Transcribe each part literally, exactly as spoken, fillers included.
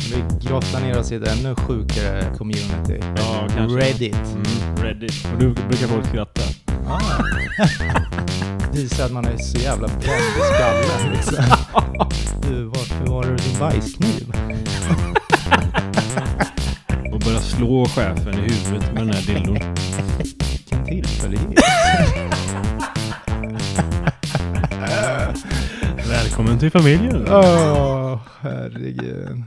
Vi grottar ner oss i ett ännu sjukare community. Ja, kanske. Reddit. Mm, Reddit. Och du brukar folk skratta. Ah. Visar att man är så jävla bränd i skallen. Liksom. Du, varför var det din bajskniv? Och börja slå chefen i huvudet med den här dildon. Vilken tillfällighet. Välkommen till familjen. Åh, oh, herregud.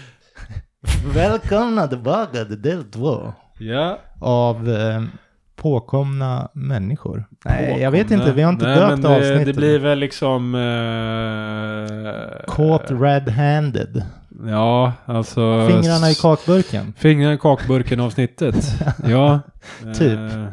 Välkomna tillbaka till del två. Ja. Av eh, påkomna människor. Nej, påkomna. Jag vet inte. Vi har inte Nej, döpt det, avsnittet. Det blir väl liksom... Uh, Caught red-handed. Ja, alltså... Fingrarna i kakburken. Fingrarna i kakburken avsnittet. Ja. Typ. Uh,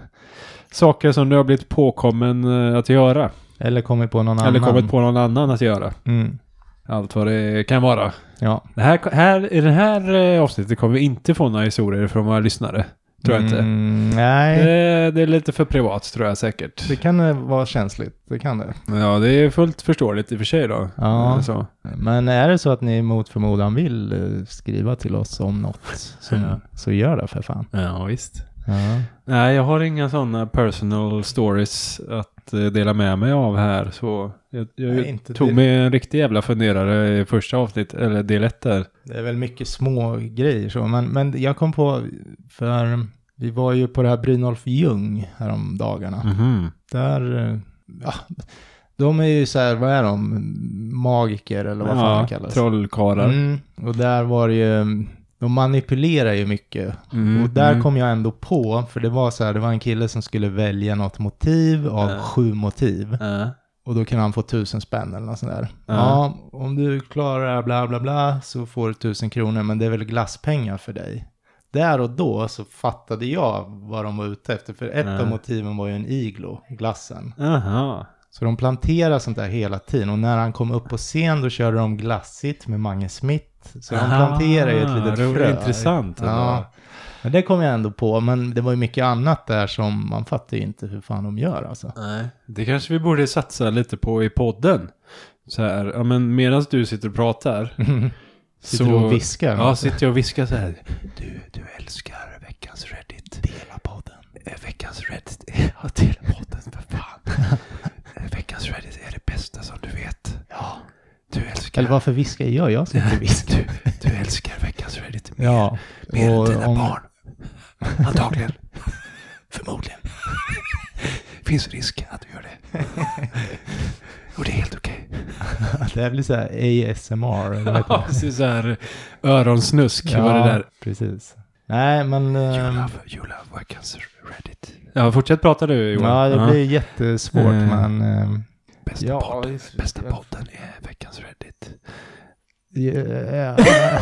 saker som du har blivit påkommen uh, att göra. Eller kommit på någon Eller annan. Eller kommit på någon annan att göra. Mm. Allt vad det kan vara. Ja. Det här, här, I det här uh, avsnittet kommer vi inte få några historier från våra lyssnare. Tror jag inte. Mm, nej. Det, det är lite för privat, tror jag säkert. Det kan vara känsligt. Det kan det. Ja, det är fullt förståeligt i och för sig då. Ja. Så. Men är det så att ni mot förmodan vill skriva till oss om något så, ja. så gör det för fan. Ja, visst. Ja. Nej, jag har inga sådana personal stories att uh, dela med mig av här. Så jag, jag Nej, tog det. mig en riktig jävla funderare i första avsnitt, eller del ett där. Det är väl mycket små grejer så. Men, men jag kom på, för vi var ju på det här Brynolf Ljung här om dagarna. Mm-hmm. Där, ja, de är ju så här, vad är de? Magiker eller vad ja, fan det kallas. Trollkarlar. Mm, och där var det ju... De manipulerar ju mycket. Mm, och där mm. kom jag ändå på, för det var så här, det var en kille som skulle välja något motiv av äh. sju motiv. Äh. Och då kan han få tusen spänn eller något sånt där. Äh. Ja, om du klarar det här bla bla bla så får du tusen kronor, men det är väl glasspengar för dig. Där och då så fattade jag vad de var ute efter, för ett äh. av motiven var ju en iglo, glassen. Aha. Så de planterar sånt där hela tiden. Och när han kom upp på scen då körde de glassigt med Mange Smith. Så de planterar ju ett litet frö. Det var intressant. Ja. Men det kom jag ändå på. Men det var ju mycket annat där som man fattar ju inte hur fan de gör alltså. Nej, det kanske vi borde satsa lite på i podden. Så här, ja men medan du sitter och pratar. Sitter så, du och viskar? Ja, sitter jag och viskar så här. Du, du älskar veckans Reddit. Dela podden. Veckans Reddit. Ja, dela podden för fan. Veckans Reddit är det bästa som du vet. Ja. Du älskar... Eller varför viskar jag? Jag sitter och viskar. Du, du älskar veckans Reddit mer, ja. mer och än dina om... barn. Antagligen. Förmodligen. Finns risk att du gör det. Och det är helt okej. Okay. Det blir så här A S M R. Eller vad ja, precis så här öronsnusk. Ja, var det där. Precis. Nej, men... You love, you love veckans Reddit. Ja, fortsätt prata du, Johan. Ja, det uh-huh. blir jättesvårt, mm. men... Um... Bästa, ja, podden, bästa podden är veckans Reddit. Yeah.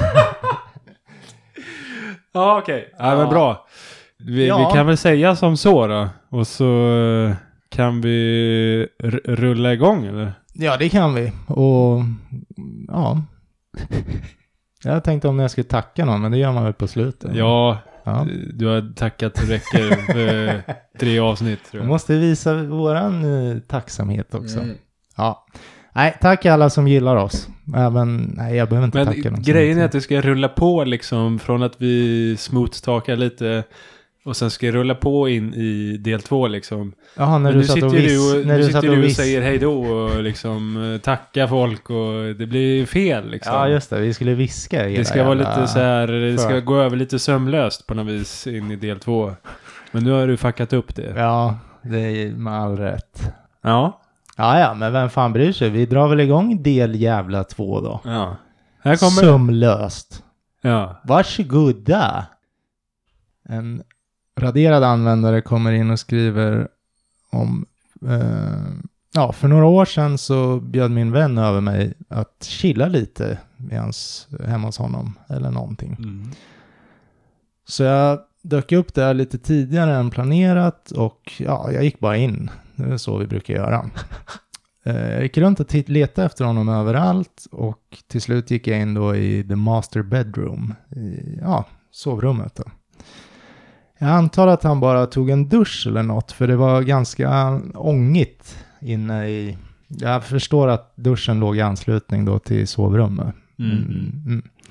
Ja, okej. Okay. Ja, ja. men bra. Vi, ja. vi kan väl säga som så då. Och så kan vi r- rulla igång, eller? Ja, det kan vi. Och ja. Jag tänkte om jag skulle tacka någon, men det gör man väl på slutet. Ja, ja. Du har tackat räcker för tre avsnitt, tror jag. Vi måste visa våran uh, tacksamhet också. Mm. Ja. Nej, tack alla som gillar oss. Även, nej, jag behöver inte men tacka dem. Grejen är att det ska rulla på liksom från att vi smooth-talkar lite och sen ska jag rulla på in i del två liksom. Jaha, när men du nu satt sitter och du vis, och, när nu du sitter du och, du och vis. säger hej då och liksom tackar folk och det blir fel liksom. Ja, just det. Vi skulle viska. Det ska vara lite så här, det ska gå över lite sömlöst på något vis in i del två. Men nu har du fuckat upp det. Ja, det är med all rätt. Ja. Ja, ja, men vem fan bryr sig? Vi drar väl igång del jävla två då. Ja. Här kommer... Sömlöst. Ja. Varsågoda. En raderad användare kommer in och skriver om... Eh, ja, för några år sedan så bjöd min vän över mig att chilla lite med hans, hemma hos honom. Eller någonting. Mm. Så jag dök upp där lite tidigare än planerat. Och ja, jag gick bara in. Det är så vi brukar göra. Jag gick runt och titt- letade efter honom överallt. Och till slut gick jag in då i the master bedroom. I, ja, sovrummet då. Jag antar att han bara tog en dusch eller något. För det var ganska ångigt inne i... Jag förstår att duschen låg i anslutning då till sovrummet. Mm. Mm. Det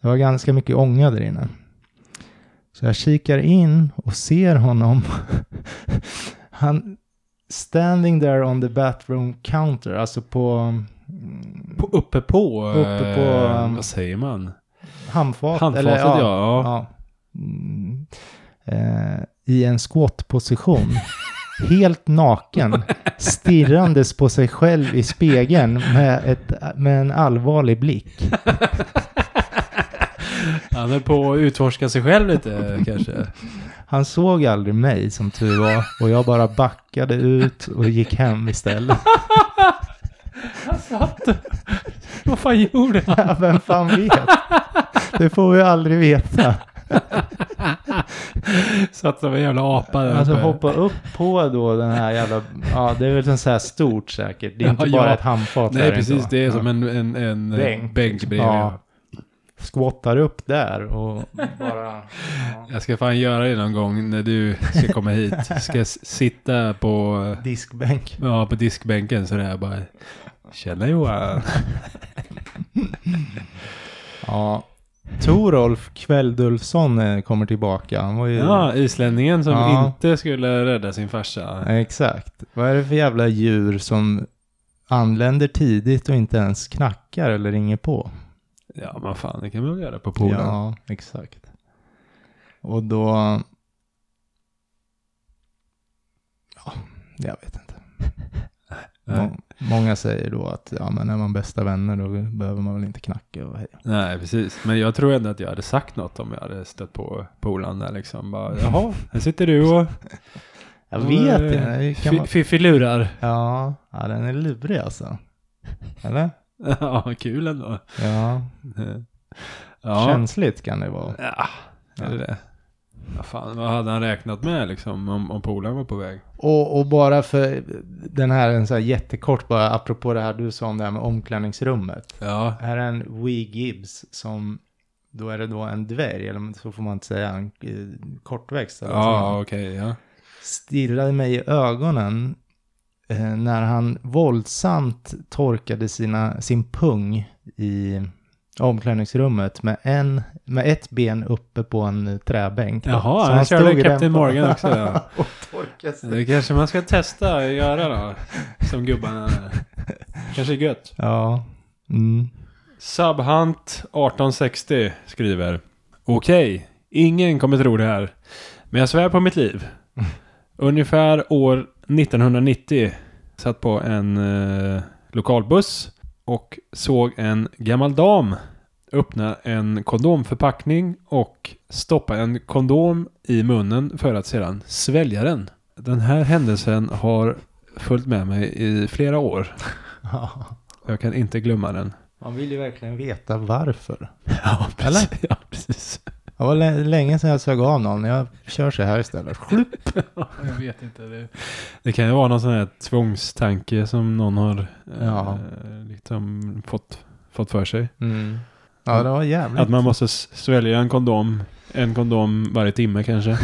Det var ganska mycket ånga där inne. Så jag kikar in och ser honom. Han standing there on the bathroom counter. Alltså på... på uppe på... Uppe på... Eh, vad säger man? Handfat. Handfatet, eller, ja. ja. ja. Mm, eh, I en squat-position. Helt naken. Stirrandes på sig själv i spegeln. Med, ett, med en allvarlig blick. Han är på att utforska sig själv lite kanske. Han såg aldrig mig som tur var. Och jag bara backade ut och gick hem istället. Han satt. Vad fan gjorde han? Ja, vem fan vet? Det får vi aldrig veta. Satt som en jävla apa där Alltså uppe. hoppa upp på då den här jävla... Ja, det är väl en så här stort säkert. Det är Ja, inte ja. bara ett handfat. Nej, precis. Inte, det är ja. som en, en, en Bänk. bänk bredvid. Ja. Skottar upp där och bara... Ja. Jag ska fan göra det någon gång när du ska komma hit. Ska s- sitta på... Diskbänk. Ja, på diskbänken så där bara... Känna Johan. Ja. Torolf Kväldulfsson eh, kommer tillbaka. Han var ju... Ja, islänningen som Ja. inte skulle rädda sin farsa. Exakt. Vad är det för jävla djur som anländer tidigt och inte ens knackar eller ringer på? Ja, men fan, det kan man väl göra på poolen. Ja, exakt. Och då... Ja, jag vet inte. Må- många säger då att ja, men är man bästa vänner då behöver man väl inte knacka och hej. Nej, precis. Men jag tror ändå att jag hade sagt något om jag hade stött på polan där liksom. Bara, jaha, här sitter du och... Jag vet inte. Det kan man... Fiffilurar. Ja, ja, den är lurig alltså. Eller? Ja, kul ändå. Ja. Ja. Känsligt kan det vara. Ja, är det det? Ja, fan, vad hade han räknat med liksom om, om polen var på väg? Och, och bara för den här, en så här jättekort bara, apropå det här du sa om det här med omklädningsrummet. Ja. Här är en Wee Gibbs som, då är det då en dvärg, eller så får man inte säga, en eh, kortväxt. Eller Ja, okej, okay, ja. Stirrade mig i ögonen eh, när han våldsamt torkade sina, sin pung i omklädningsrummet med, en, med ett ben uppe på en träbänk. Jaha, så han körde stod Captain på- Morgan också. Ja. och torkade sig. Det kanske man ska testa att göra då. Som gubbarna är. Kanske gött. Ja. Mm. Subhunt arton sextio skriver: Okej, ingen kommer tro det här. Men jag svär på mitt liv. Ungefär år nittonhundranittio satt på en eh, lokalbuss och såg en gammal dam öppna en kondomförpackning och stoppa en kondom i munnen för att sedan svälja den. Den här händelsen har följt med mig i flera år. Ja. Jag kan inte glömma den. Man vill ju verkligen veta varför. Ja, precis. Eller? Ja, precis. Det var lä- länge sedan jag sög av någon. Jag kör så här istället. Schlupp. Jag vet inte. Det, det kan ju vara någon sån här tvångstanke som någon har Ja. eh, liksom fått, fått för sig. Mm. Ja, det var jävligt. Att man måste s- svälja en kondom en kondom varje timme kanske.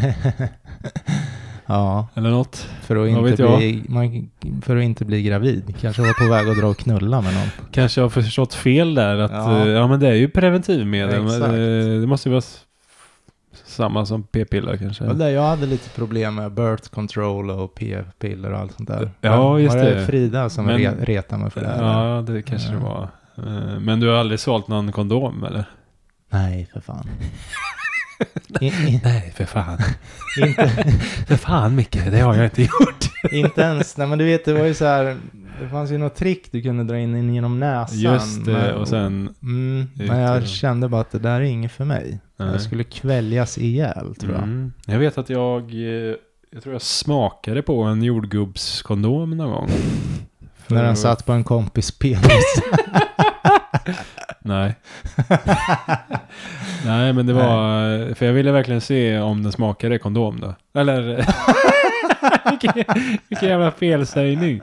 Ja. Eller något. För att, Vad inte vet bli, man, för att inte bli gravid. Kanske var på väg att dra och knulla med någon. Kanske har förstått fel där. Att, Ja. ja. ja men det är ju preventivmedel. Exakt. Men, eh, det måste ju vara s- samma som p-piller kanske. Och där jag hade lite problem med birth control och p-piller och allt sånt där. Ja, Men just var det. Frida som Men- re- retade mig för det här? Ja, det kanske det var. Eh, Men du har aldrig sålt någon kondom eller? Nej, för fan. I, i, Nej, för fan. inte, För fan Micke, det har jag inte gjort. inte ens. Nej, men du vet, det var ju så här. Det fanns ju något trick du kunde dra in, in genom näsan. Just det, men, och sen... Mm, ut men jag genom- kände bara att det där är inget för mig. Nej. Jag skulle kväljas ihjäl, tror jag. Mm. Jag vet att jag... eh, Jag tror jag smakade på en jordgubbskondom någon gång. För- När den satt på en kompis penis. Nej. Nej, men det var... För jag ville verkligen se om den smakade kondom då. Eller... vilken, vilken jävla felsägning.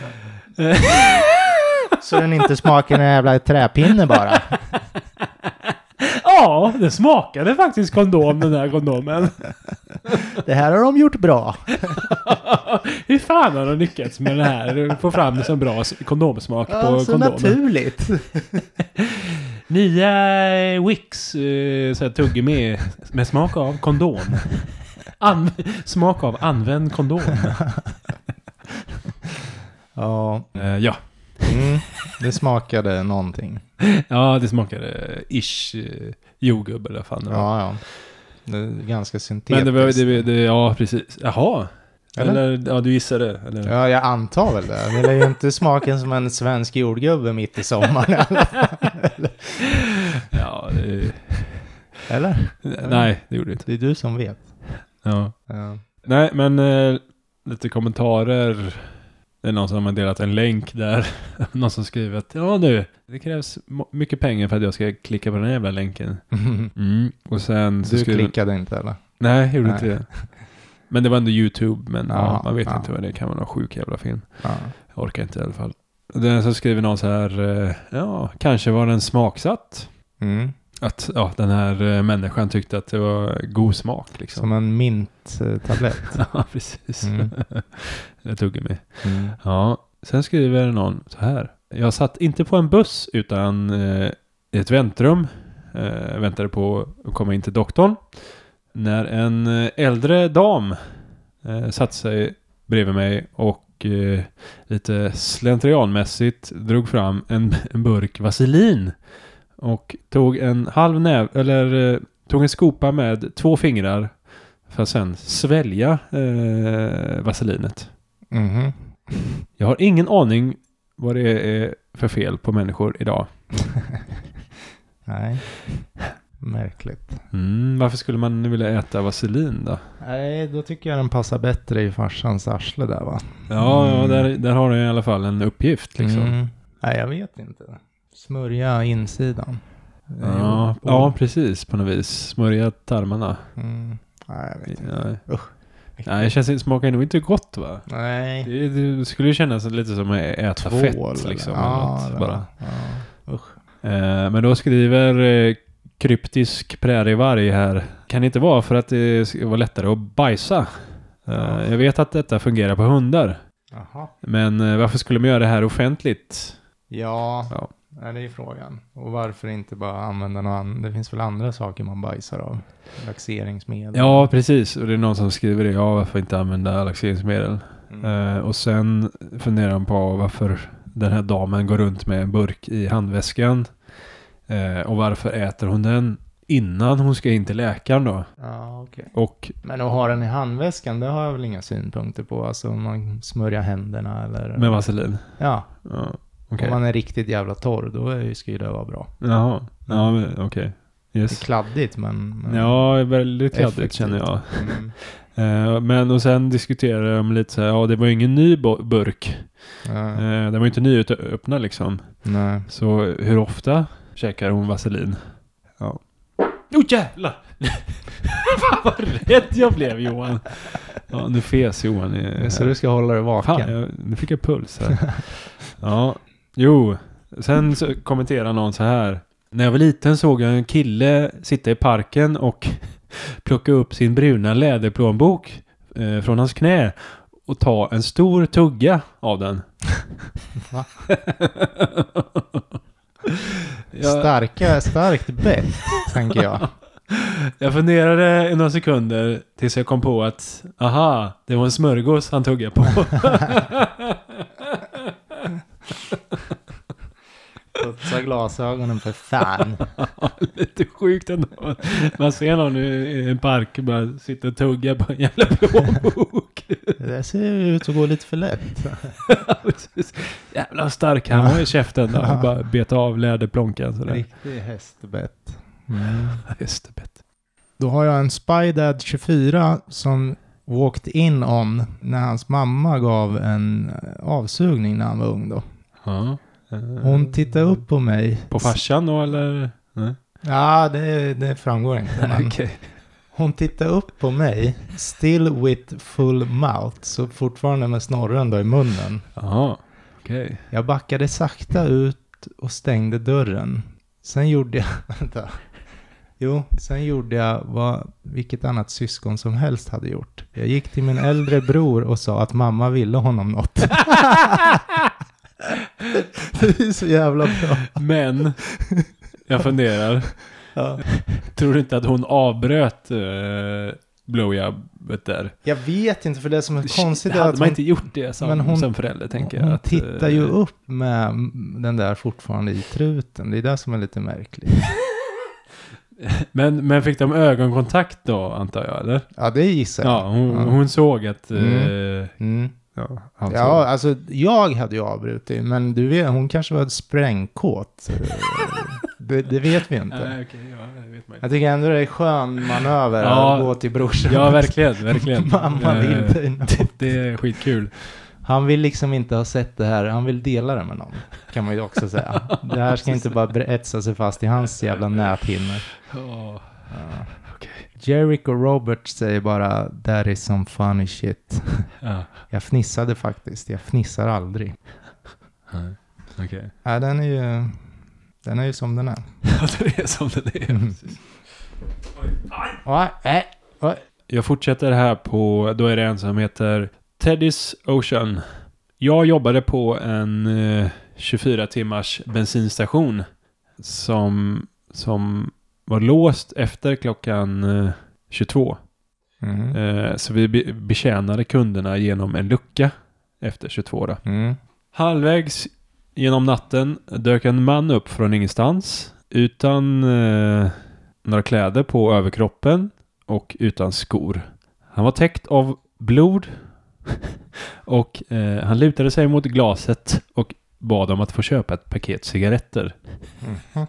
Så den inte smakar en jävla träpinne bara. Ja, det smakade faktiskt kondom, den här kondomen. Det här har de gjort bra. Hur fan har de lyckats med det här? Få fram det som bra s- kondomsmak på Ja, så kondomen. naturligt. Nya Wix uh, så här tuggummi med smak av kondom. An- smak av använd kondom. Ja. Uh, ja. Mm, det smakade någonting. Ja, det smakade ish uh, jordgubb eller fan. Ja, ja. Det är ganska syntetiskt. Men det var, det, det, ja, precis. Jaha. Eller? eller, ja, du gissade. Eller? Ja, jag antar väl det. Det är ju inte smaken som en svensk jordgubbe mitt i sommaren i alla fall. Ja, det... Eller? Nej, det gjorde det inte. Det är du som vet. Ja. Ja. Nej, men eh, lite kommentarer. Det är någon som har delat en länk där. Någon som skriver att ja nu, det krävs m- mycket pengar för att jag ska klicka på den här jävla länken. Mm. Och sen så Du skriver... klickade inte eller? Nej, jag gjorde Nej. inte det. Men det var ändå YouTube, men ja, Ja, man vet ja. inte vad det kan vara, någon sjuk jävla film. Ja. Jag orkar inte i alla fall. Den så skriver någon så här, eh, ja, kanske var den smaksatt. Mm. Att ja, den här eh, människan tyckte att det var god smak liksom. Som en minttablett. Ja, precis. Mm. Det tog mig. Mm. Ja, sen skriver någon så här. Jag satt inte på en buss utan eh, i ett väntrum. Eh, väntade på att komma in till doktorn. När en eh, äldre dam eh, satt sig bredvid mig och eh, lite slentrianmässigt drog fram en, en burk vaselin. Och tog en halv näv, eller eh, tog en skopa med två fingrar för att sen svälja eh, vaselinet. Mhm. Jag har ingen aning vad det är för fel på människor idag. Nej. Märkligt. Mm, varför skulle man vilja äta vaselin då? Nej, då tycker jag den passar bättre i farsans arsle där va? Ja, Mm. ja där, där har du i alla fall en uppgift liksom. Mm. Nej, jag vet inte. Smörja insidan. Ja, Jo, ja, precis på något vis. Smörja tarmarna. Mm. Nej, jag vet inte. Nej, Usch. Nej det känns, smakar nog inte gott va? Nej. Det, det skulle ju kännas lite som att äta Tvål, fett liksom. eller? Eller Ja, något, det bara. var- Ja. Usch. Eh, men då skriver eh, kryptisk prärievarg här. Kan det inte vara för att det ska vara lättare att bajsa? Eh, Ja. Jag vet att detta fungerar på hundar. Jaha. Men eh, varför skulle man göra det här offentligt? Ja, Ja. ja, det är frågan. Och varför inte bara använda någon annan? Det finns väl andra saker man bajsar av? Laxeringsmedel. Ja, precis. Och det är någon som skriver det. Ja, varför inte använda laxeringsmedel? Mm. Eh, och sen funderar han på varför den här damen går runt med en burk i handväskan. Eh, och varför äter hon den innan hon ska in till läkaren då? Ja, okej. Och Men att ha den i handväskan, det har jag väl inga synpunkter på. Alltså om man smörjer händerna eller... med vaselin. Ja, Ja, okej. om man är riktigt jävla torr, då är, ska ju det vara bra. Jaha, ja men okej. Det är Yes. kladdigt, men... men Ja, väldigt kladdigt effektivt. känner jag. Mm. Eh, men och sen diskuterar de lite så här, ja det var ju ingen ny bo- burk. Ja, Eh, den var ju inte ny att öppna liksom. nej. Så hur ofta käkar hon vaselin? Ja. Oh jävlar! Fan vad rädd jag blev Johan. Ja, nu fes Johan. I, Så du ska hålla dig vaken. Fan, jag, nu fick jag puls här. Ja, jo. Sen så kommenterar någon så här. När jag var liten såg jag en kille sitta i parken och plocka upp sin bruna läderplånbok eh, från hans knä och ta en stor tugga av den. Va? jag, Starka, starkt bett, tänker jag. jag funderade i några sekunder tills jag kom på att aha, det var en smörgås han tuggade på. Putsa glasögonen för fan. Lite sjukt ändå. Man ser någon i en park bara sitta och tugga på en jävla plånbok. Det där ser ju ut att gå lite för lätt. Jävla stark han var i käften då. Och bara beta av läderplånkan sådär. Riktig hästbett. Mm. Hästbett. Då har jag en Spydad tjugofyra som walked in on när hans mamma gav en avsugning när han var ung då. Ja. Hon tittade upp på mig. På farsan då eller? Nej. Ja, det, det framgår inte. Men Okej. hon tittade upp på mig, still with full mouth, så fortfarande med snorren då i munnen. Jaha. Okej. Jag backade sakta ut och stängde dörren. Sen gjorde jag, vänta. Jo, sen gjorde jag vad vilket annat syskon som helst hade gjort. Jag gick till min äldre bror och sa att mamma ville honom något. Det är så jävla bra. Men Jag funderar. Ja. Tror du inte att hon avbröt uh, blowjobbet där? Jag vet inte, för det som är konstigt är hade att man hon, inte gjort det som, men hon, som förälder, tänker hon jag. Att, tittar ju upp med den där fortfarande i truten. Det är det som är lite märkligt. Men, men fick de ögonkontakt då, antar jag, eller? Ja, det gissar jag. Ja, hon, ja. hon såg att... Mm. Uh, Mm. ja, han Ja, såg. alltså jag hade ju avbrutit, men du vet, hon kanske var sprängkåt. det, det vet vi inte. Nej, okej, ja, det vet man inte. Jag tycker ändå det är skön manöver Ja, att gå till brorsan. Ja, verkligen, verkligen. Mamma vill Eh, dig något. det, det är skitkul. Han vill liksom inte ha sett det här. Han vill dela det med någon, kan man ju också säga. Det här ska inte bara etsa sig fast i hans jävla näthinnor. Oh. Ja. Okay. Jericho Roberts säger bara that is some funny shit. Ja. Jag fnissade faktiskt. Jag fnissar aldrig. Okej. Okay. Ja, den är ju den är ju som den är. Ja, det är som den är. Mm. Oj. Oj, äh, oj. Jag fortsätter här på, då är det en som heter Teddy's Ocean. Jag jobbade på en eh, tjugofyra timmars bensinstation som, som var låst efter klockan eh, tjugotvå. Mm. Eh, så vi be- betjänade kunderna genom en lucka efter tjugotvå då. Mm. Halvvägs genom natten dök en man upp från ingenstans utan eh, några kläder på överkroppen och utan skor. Han var täckt av blod och eh, han lutade sig mot glaset och bad om att få köpa ett paket cigaretter. Mm.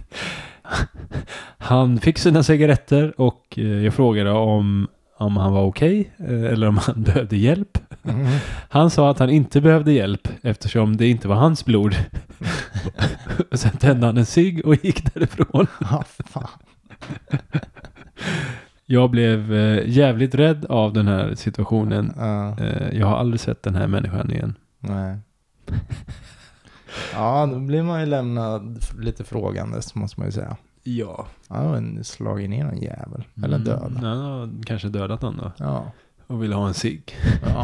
Han fick sina cigaretter och eh, jag frågade om, om han var okej okay, eh, eller om han behövde hjälp. Mm. Han sa att han inte behövde hjälp eftersom det inte var hans blod. Och sen tände han en cigg och gick därifrån. Ah, fan. Jag blev eh, jävligt rädd av den här situationen. Uh, Eh, jag har aldrig sett den här människan igen. nej. Ja, då blir man ju lämnad lite frågandes, måste man ju säga. Ja. Ja, en slagit ner en jävel. Eller död. Mm, ja, kanske dödat någon då. Ja. Och ville ha en cigg. Ja.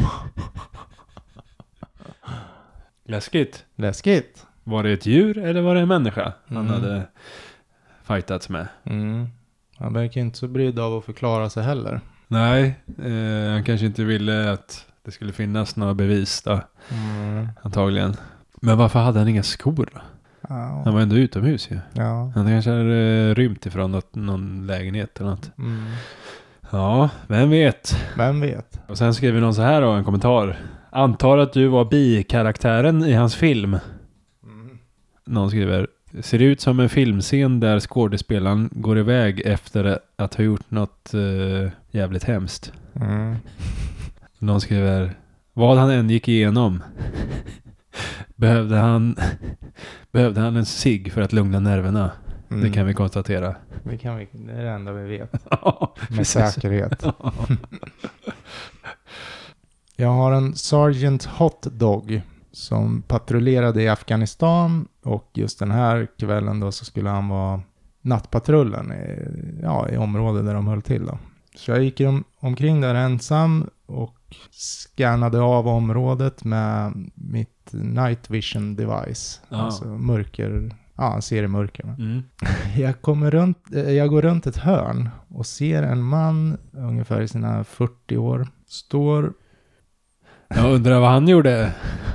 Läskigt. Läskigt. Var det ett djur eller var det en människa han Mm. hade fightats med? Mm. Han verkar inte så brydd av att förklara sig heller. Nej, eh, han kanske inte ville att det skulle finnas några bevis då. Mm. Antagligen. Men varför hade han inga skor då? Ja. Han var ändå utomhus ju. Ja. Han kanske hade rymt ifrån något, någon lägenhet eller något. Mm. Ja, vem vet. Vem vet? Och sen skrev vi någon så här då, en kommentar. Antar att du var bikaraktären i hans film. Mm. Någon skriver. Ser ut som en filmscen där skådespelaren går iväg efter att ha gjort något uh, jävligt hemskt. Mm. Någon skriver. Vad han än gick igenom. behövde han behövde han en cigg för att lugna nerverna. Mm. Det kan vi konstatera. Vi kan, vi, det är det enda vi vet. Ja, Med precis. säkerhet. Jag har en Sergeant Hot Dog som patrullerade i Afghanistan, och just den här kvällen då så skulle han vara nattpatrullen i, ja, i området där de höll till då. Så jag gick om, omkring där ensam och scannade av området med mitt night vision device. Ja. Alltså mörker, ja, han ser i mörker. Mm. Jag, kommer runt, jag går runt ett hörn och ser en man ungefär i sina fyrtio år. Står, Jag undrar vad han gjorde.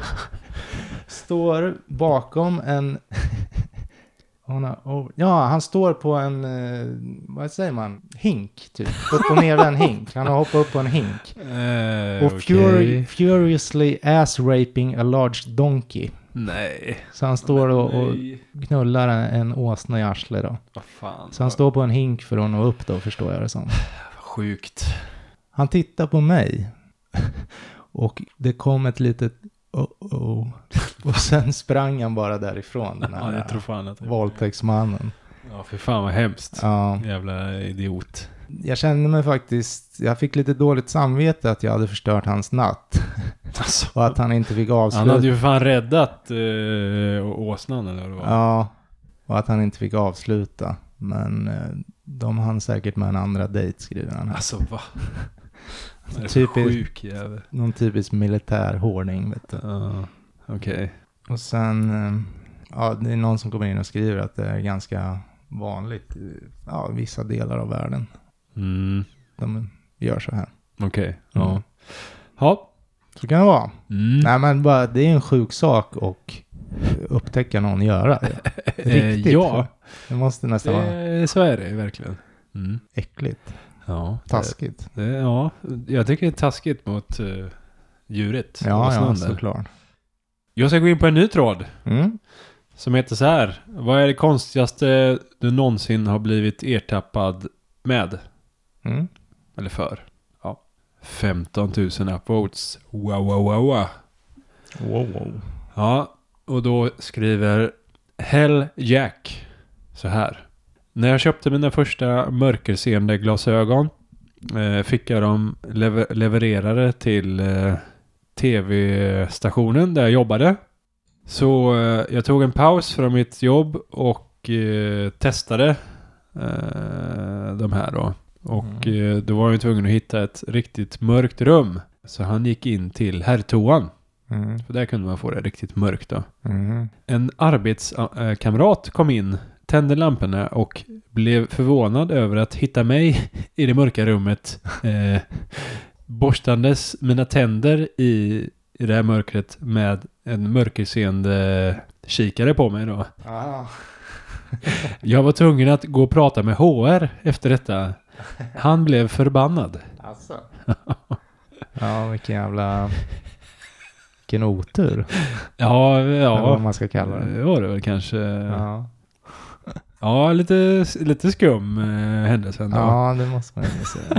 står bakom en... hon har, oh, ja, han står på en... eh, vad säger man? Hink, typ. Upp och ner en hink. Han har hoppat upp på en hink. Eh, Och okej. furi- furiously ass-raping a large donkey. Nej. Så han står och, och Nej. knullar en, en åsna i arslet då. Vad fan. Så han står på en hink för att nå upp då, förstår jag det som. Sjukt. Han tittar på mig. Och det kom ett litet oh-oh. Och sen sprang han bara därifrån, den Ja, jag här tror fan att det våldtäktsmannen. Ja, för fan vad hemskt. Ja. Jävla idiot. Jag kände mig faktiskt, jag fick lite dåligt samvete att jag hade förstört hans natt. Alltså, Och att han inte fick han avsluta. hade ju fan räddat uh, åsnan eller vad det var. Ja, och att han inte fick avsluta. Men eh, de hann säkert med en andra dejt, skriver han här. Alltså va? Vad är det Typiskt- för sjuk jävel? Någon typisk militär hårding, vet du. Ja, okej. Och sen, eh, ja, det är någon som kommer in och skriver att det är ganska vanligt i ja, vissa delar av världen. Mm. De gör så här. Okej, okay. Mm. ja. Ja. Så kan det vara. Mm. Nej, men bara, det är en sjuk sak och upptäcka någon göra det. Riktigt. Ja. Det måste nästan vara Det, så är det verkligen. Mm. äckligt. Ja. Taskigt. Det, det, ja, jag tycker det är taskigt mot uh, djuret. Ja, ja, såklart. Jag ska gå in på en ny tråd. Mm. Som heter så här. Vad är det konstigaste du någonsin har blivit ertappad med? Mm. Eller för? Ja. femton tusen upvotes. Wow, wow, wow, wow. Wow, wow. Ja, och då skriver Hell Jack så här. När jag köpte mina första mörkerseende glasögon eh, fick jag dem lever- levererade till eh, tv-stationen där jag jobbade. Så eh, jag tog en paus från mitt jobb och eh, testade eh, de här då. Och Mm. eh, då var jag tvungen att hitta ett riktigt mörkt rum. Så han gick in till herrtoan. Mm. För där kunde man få det riktigt mörkt då. Mm. En arbetskamrat kom in, tände lamporna och blev förvånad över att hitta mig i det mörka rummet. Eh, borstandes mina tänder i, i det här mörkret med en mörkerseende kikare på mig då. Ah. Jag var tvungen att gå och prata med H R efter detta. Han blev förbannad. Alltså. Ja, vilken jävla... Vilken otur. Ja, Eller ja. vad man ska kalla det. Det var det väl kanske. Ja, Ja, lite, lite skum eh, händelse ändå. ja det måste man ju säga.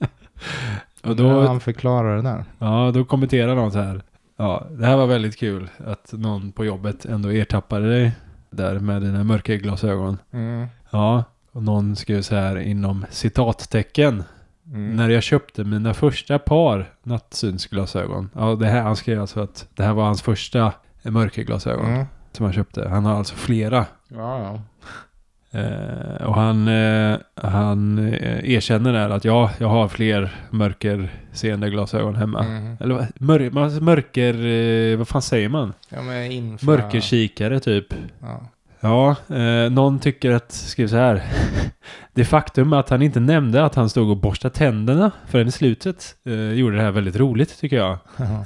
Och Då då, han förklarar det där. ja, då kommenterar någon så här. Ja, det här var väldigt kul att någon på jobbet ändå ertappade dig där med dina mörka glasögon. Mm. Ja, och någon skrev så här inom citattecken. Mm. När jag köpte mina första par nattsynsglasögon. Ja, det här, han skrev alltså att det här var hans första mörka glasögon Mm. som han köpte. Han har alltså flera. Ja, ja. Eh, och han, eh, han eh, erkänner där att ja, jag har fler mörkerseende glasögon hemma. Mm. Eller vad- mör, man- mörker, eh, vad fan säger man? Ja, men infra... Mörkerkikare typ. Ja. Ja, eh, någon tycker att, skriv så här. Det faktum att han inte nämnde att han stod och borstade tänderna förrän i slutet eh, gjorde det här väldigt roligt tycker jag. Ja.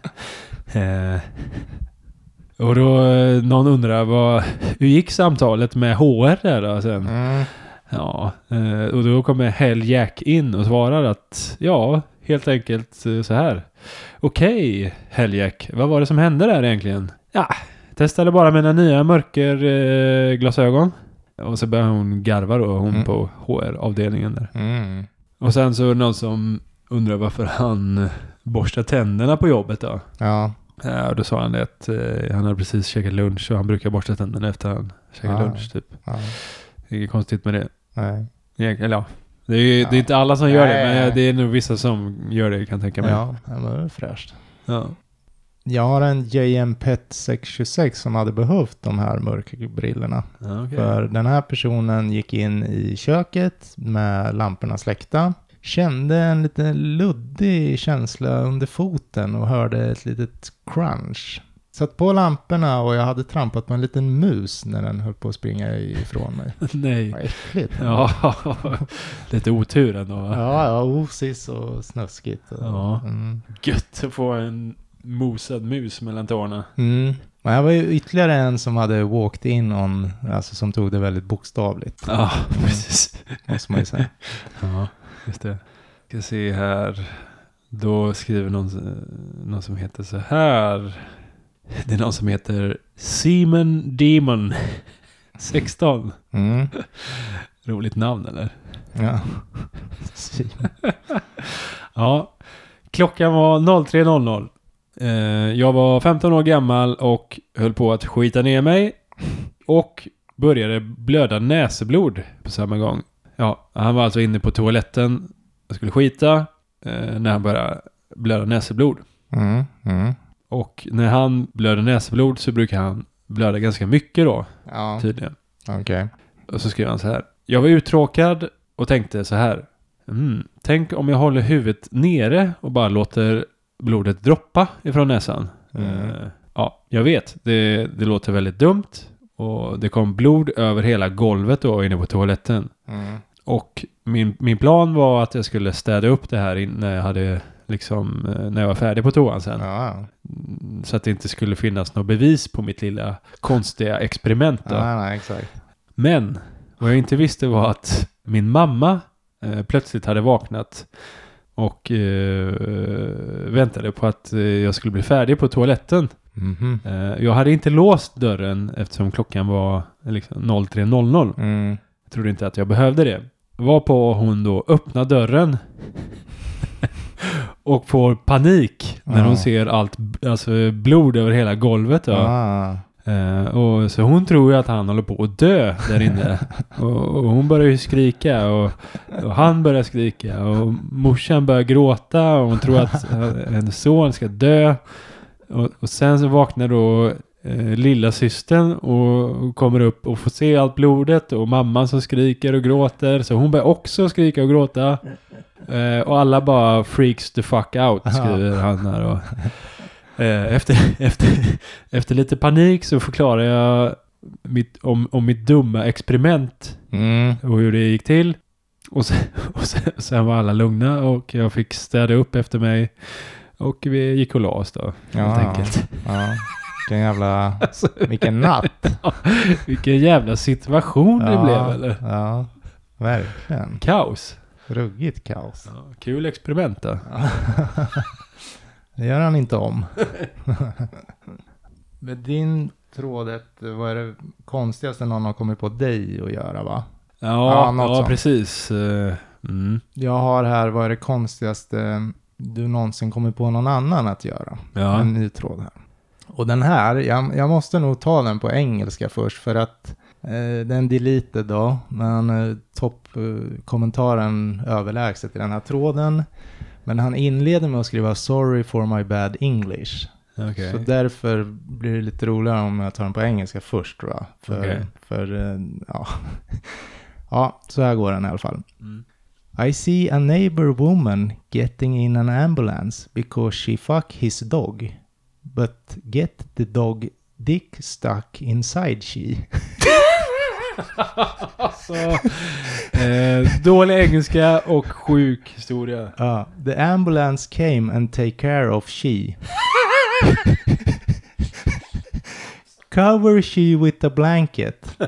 Eh, och då eh, någon undrar vad, hur gick samtalet med H R där då sen? Mm. Ja, eh, och då kommer Hell Jack in och svarar att ja, helt enkelt eh, så här. Okej, Hell Jack, vad var det som hände där egentligen? Ja, testade bara mina nya mörkerglasögon. Eh, glasögon. Och så börjar hon garva då, hon Mm. på H R-avdelningen där. Mm. Och sen så är det någon som undrar varför han borstar tänderna på jobbet då. Ja. Ja, och då sa han det att eh, han hade precis käkat lunch och han brukar borsta tänderna efter han käkar Ja. lunch typ. Ja. Det är inget konstigt med det. Nej. Egent- Eller ja, det är, ju, Ja. det är inte alla som gör Nej. det, men det är nog vissa som gör det, kan jag tänka mig. Ja, det var fräscht. Ja. Jag har en J M Pet sex tjugosex som hade behövt de här mörkerbrillorna. Ja, okej. För den här personen gick in i köket med lamporna släckta. Kände en lite luddig känsla under foten och hörde ett litet crunch. Satt på lamporna och jag hade trampat på en liten mus när den höll på att springa ifrån mig. Nej. Vad äckligt. Ja, lite otur ändå. Ja, ja, osis och snuskigt. Och, Ja. Mm. Gött att få en mosad mus mellan tårna. Mm. Men jag var ju ytterligare en som hade walked in on, alltså som tog det väldigt bokstavligt. Ja, precis. Måste man ju säga. Ja, just det. Ska se här. Då skriver någon, någon som heter så här. Det är någon som heter Seaman Demon sexton. Mm. Roligt namn eller? Ja. Ja. Klockan var noll tre noll noll. Eh, jag var femton år gammal och höll på att skita ner mig. Och började blöda näseblod på samma gång. Ja, han var alltså inne på toaletten och skulle skita eh, när han började blöda näseblod. Mm. Mm. Och när han blöder näseblod så brukar han blöda ganska mycket då, Ja, tydligen. okej. Och så skrev han så här. Jag var uttråkad och tänkte så här. Mm, tänk om jag håller huvudet nere och bara låter blodet droppa ifrån näsan. Mm. Eh, ja, jag vet. Det, det låter väldigt dumt. Och det kom blod över hela golvet då inne på toaletten. Mm. Och min, min plan var att jag skulle städa upp det här när jag hade liksom, när jag var färdig på toan sen. Ja. Så att det inte skulle finnas något bevis på mitt lilla konstiga experiment då. Ja, nej, exakt. Men vad jag inte visste var att min mamma eh, plötsligt hade vaknat och eh, väntade på att eh, jag skulle bli färdig på toaletten. Mm-hmm. Eh, jag hade inte låst dörren eftersom klockan var liksom tre noll noll. Mm. Jag trodde inte att jag behövde det. Var på hon då öppnar dörren och får panik när Ja. hon ser allt alltså blod över hela golvet. Då. Ah. Uh, och så hon tror ju att han håller på att dö där inne. och, och hon börjar ju skrika och, och han börjar skrika och morsan börjar gråta och hon tror att uh, hennes son ska dö. Och, och sen så vaknar då uh, lilla systern och kommer upp och får se allt blodet och mamman som skriker och gråter. Så hon börjar också skrika och gråta. Uh, och alla bara freaks the fuck out, skriver han här och Efter, efter, efter lite panik så förklarar jag mitt, om, om mitt dumma experiment Mm. och hur det gick till. Och sen, och sen, sen var alla lugna och jag fick städa upp efter mig. Och vi gick och la oss då, helt Ja. enkelt. Ja. Vilken jävla... Vilken natt. Vilken jävla situation det Ja. blev, eller? Ja, verkligen. Kaos. Ruggigt kaos. Ja, kul experiment då. Det gör han inte om. Med din trådet, vad är det konstigaste någon har kommit på dig att göra, va? Ja, Ja, något ja sånt. precis. Uh, mm. Jag har här, vad är det konstigaste du någonsin kommit på någon annan att göra? Ja. En ny tråd här. Och den här, jag, jag måste nog ta den på engelska först för att eh, den deleted då, men eh, toppkommentaren eh, överlägset i den här tråden. Men han inleder med att skriva sorry for my bad English. Okay. Så därför blir det lite roligare om jag tar den på engelska först, tror jag. För, Okay. för eh, ja. Ja, så här går den i alla fall. Mm. I see a neighbor woman getting in an ambulance because she fuck his dog. But get the dog dick stuck inside she. Alltså, eh, dålig engelska och sjuk historia. Uh, the ambulance came and take care of she. Cover she with a blanket.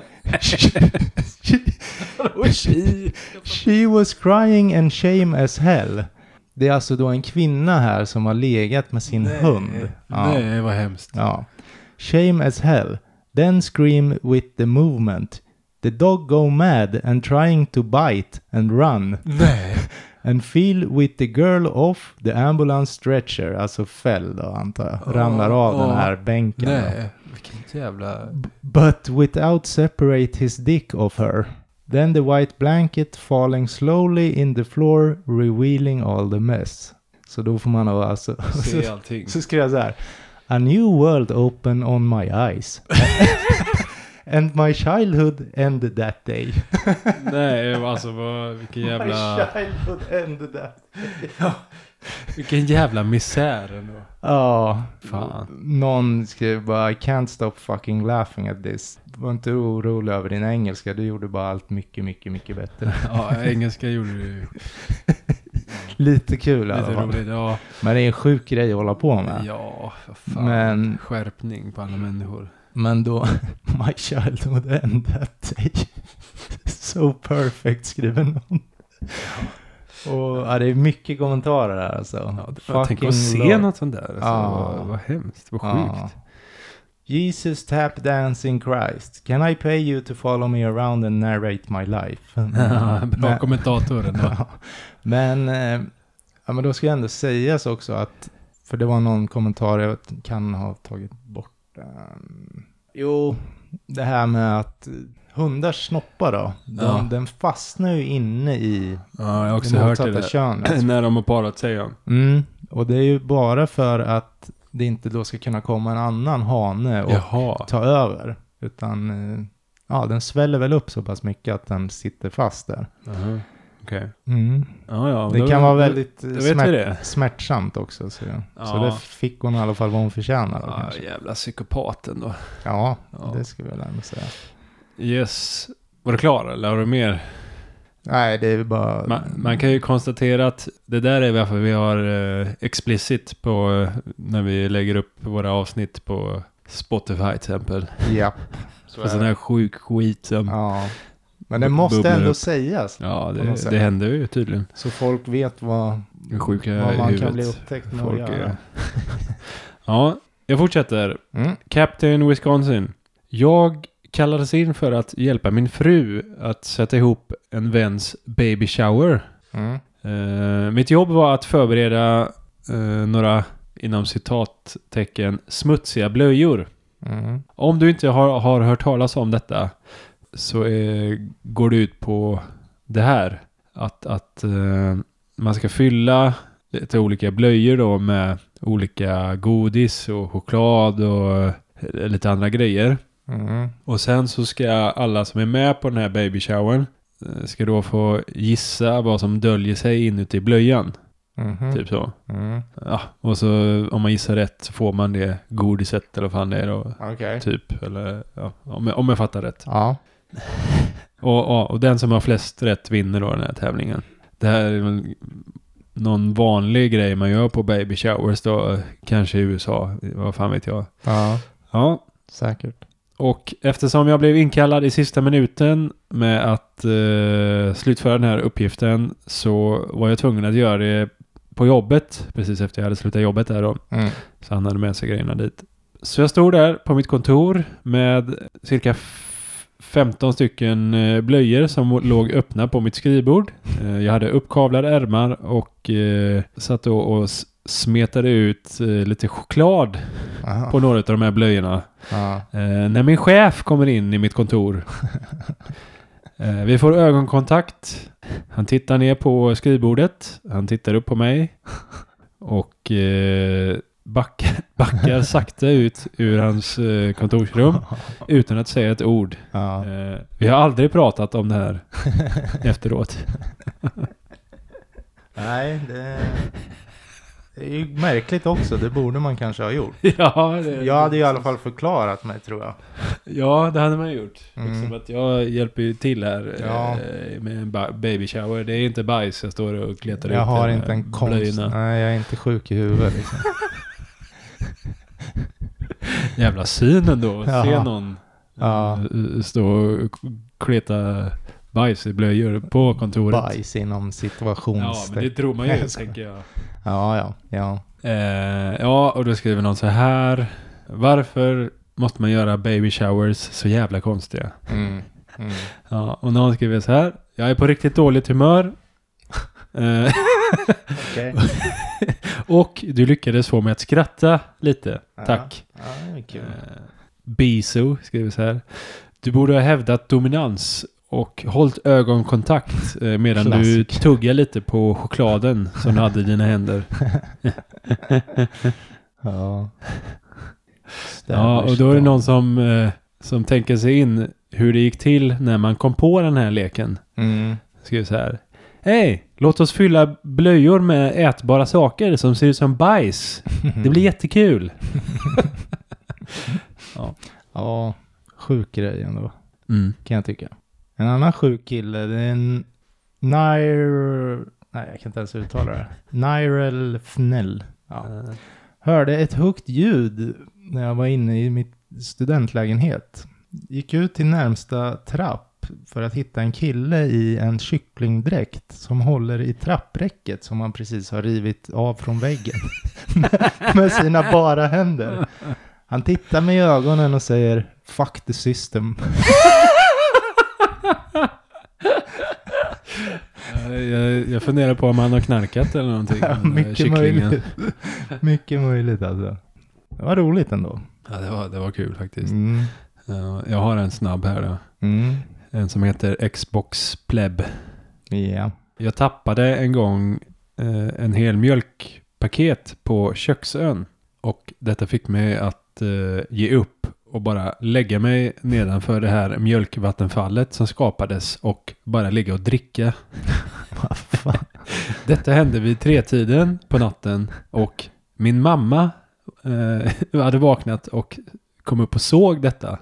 she, she was crying and shame as hell. Det är alltså då en kvinna här som har legat med sin Nej. hund. Ja. Nej, vad hemskt. Ja. Shame as hell. Then scream with the movement. The dog go mad and trying to bite and run. Nej. And feel with the girl off the ambulance stretcher. Alltså fäll då, antar jag. Ramlar av oh, den här bänken. Nej, vilken jävla... But without separate his dick of her. Then the white blanket falling slowly in the floor, revealing all the mess. Så då får man då alltså... Se allting. Så skrev jag så här. A new world open on my eyes. And my childhood ended that day. Nej, alltså vad, vilken jävla... My childhood ended that day. Vilken jävla misär ändå. Ja. Fan. Någon skrev bara I can't stop fucking laughing at this. Var inte orolig över din engelska. Du gjorde bara allt mycket, mycket, mycket bättre. Ja, engelska gjorde du Lite kul i alla lite fall. roligt. Ja, Men det är en sjuk grej att hålla på med. ja för fan. Men- Skärpning på alla människor. Men då, my childhood ended that day. So perfect, skriver någon. Och ja, det är mycket kommentarer här alltså. Ja, tänk att se lord. något sånt där. Alltså, Ja. vad, vad hemskt, vad Ja. sjukt. Jesus tap dancing Christ. Can I pay you to follow me around and narrate my life? Ja, bra Men- kommentatoren då. Ja. Men, eh, ja, men då ska jag ändå sägas också att, för det var någon kommentar jag kan ha tagit bort. Um, jo, det här med att hundars snoppar då, de, Ja. den fastnar ju inne i Ja, jag har också det hört det motsatta där. könet. När de har parat sig. Ja. Mm, och det är ju bara för att det inte då ska kunna komma en annan hane och Jaha. ta över. Utan, eh, ja, den sväller väl upp så pass mycket att den sitter fast där. Uh-huh. Okej. Okay. Mm. Ja, ja. Det då, kan vara väldigt då, då smärt, det. smärtsamt också. Så, ja. så det fick hon i alla fall vad hon förtjänar. Ja, kanske. jävla psykopaten då. Ja, ja, det ska vi väl ändå säga. Yes. Var du klar eller har du mer? Nej, det är bara... Man, man kan ju konstatera att det där är varför vi har eh, explicit på eh, när vi lägger upp våra avsnitt på Spotify till exempel. Ja. Så sån här sjuk skit som... Ja. Men det måste ändå upp. sägas. Ja, det, det händer ju tydligen. Så folk vet vad, sjuka vad man huvudet. kan bli upptäckt med folk att göra. Ja, jag fortsätter. Mm. Captain Wisconsin. Jag kallades in för att hjälpa min fru att sätta ihop en väns baby shower. Mm. Uh, mitt jobb var att förbereda uh, några, inom citattecken, smutsiga blöjor. Mm. Om du inte har, har hört talas om detta så är, går det ut på det här. Att, att uh, man ska fylla lite olika blöjor då med olika godis och choklad och lite andra grejer. Mm. Och sen så ska alla som är med på den här baby showern ska då få gissa vad som döljer sig inuti blöjan. Mm. Typ så. Mm. Ja, och så om man gissar rätt så får man det godiset eller vad fan det är då. Okay. Typ, eller ja, om, jag, om jag fattar rätt. Ja. Och, och, och den som har flest rätt vinner då den här tävlingen. Det här är någon vanlig grej man gör på baby showers då, kanske i U S A, vad fan vet jag. Ja. Ja. Säkert. Och eftersom jag blev inkallad i sista minuten med att eh, slutföra den här uppgiften så var jag tvungen att göra det på jobbet precis efter jag hade slutat jobbet där då. Mm. Så han hade med sig grejerna dit. Så jag stod där på mitt kontor med cirka f- femton stycken eh, blöjor som låg öppna på mitt skrivbord. Eh, jag hade uppkavlade ärmar och eh, satt då och s- smetade ut eh, lite choklad Aha. på några av de här blöjorna. Ja. Eh, när min chef kommer in i mitt kontor. eh, vi får ögonkontakt. Han tittar ner på skrivbordet. Han tittar upp på mig. Och eh, backar, backar sakta ut ur hans eh, kontorsrum. Utan att säga ett ord. Ja. Eh, vi har aldrig pratat om det här efteråt. Nej, det... Det är ju märkligt också, det borde man kanske ha gjort. Ja, det, jag hade ju i alla fall förklarat mig, tror jag. Ja, det hade man gjort. Mm. Liksom att jag hjälper ju till här Ja. eh, med en ba- baby shower. Det är inte bajs jag står och kletar ut. Jag har här inte en med konst. blöjorna. Nej, jag är inte sjuk i huvudet. Liksom. Jävla synen då. Ja. Se någon Ja. eh, stå och kleta bajs i blöjor på kontoret. Bajs inom situations... Ja, men det tror man ju, tänker jag. Ja, ja, ja. Eh, ja, och då skriver någon så här. Varför måste man göra baby showers så jävla konstiga? Mm. Mm. Ja, och någon skriver så här. Jag är på riktigt dåligt humör. Eh, Okej. och du lyckades få mig att skratta lite. Ja. Tack. Ja, det är kul. Eh, Biso skriver så här. Du borde ha hävdat dominans och hållit ögonkontakt eh, medan du Klassiker. tuggar lite på chokladen som du hade i dina händer. Ja. Ja, och då är det någon som, eh, som tänker sig in hur det gick till när man kom på den här leken. Mm. Skriver så här. Hej, låt oss fylla blöjor med ätbara saker som ser ut som bajs. Det blir jättekul. Ja. Ja, sjuk grej ändå, Mm. kan jag tycka. En annan sjuk kille, det är en Nair... Nej, jag kan inte ens uttala det. Nyrel Fnell. Ja. Uh, Hörde ett högt ljud när jag var inne i mitt studentlägenhet. Gick ut till närmsta trapp för att hitta en kille i en kycklingdräkt som håller i trappräcket som han precis har rivit av från väggen med sina bara händer. Han tittar mig i ögonen och säger "Fuck the system". jag, jag funderar på om han har knarkat eller någonting. Ja, den här mycket kycklingen. möjligt. Mycket möjligt alltså. Det var roligt ändå. Ja, det var, det var kul faktiskt. Mm. Ja, jag har en snabb här då. Mm. En som heter Xbox Pleb. Ja. Jag tappade en gång eh, en hel mjölkpaket på köksön. Och detta fick mig att eh, ge upp och bara lägga mig nedanför det här mjölkvattenfallet som skapades och bara ligga och dricka Detta hände vid tretiden på natten och min mamma eh, hade vaknat och kom upp och såg detta.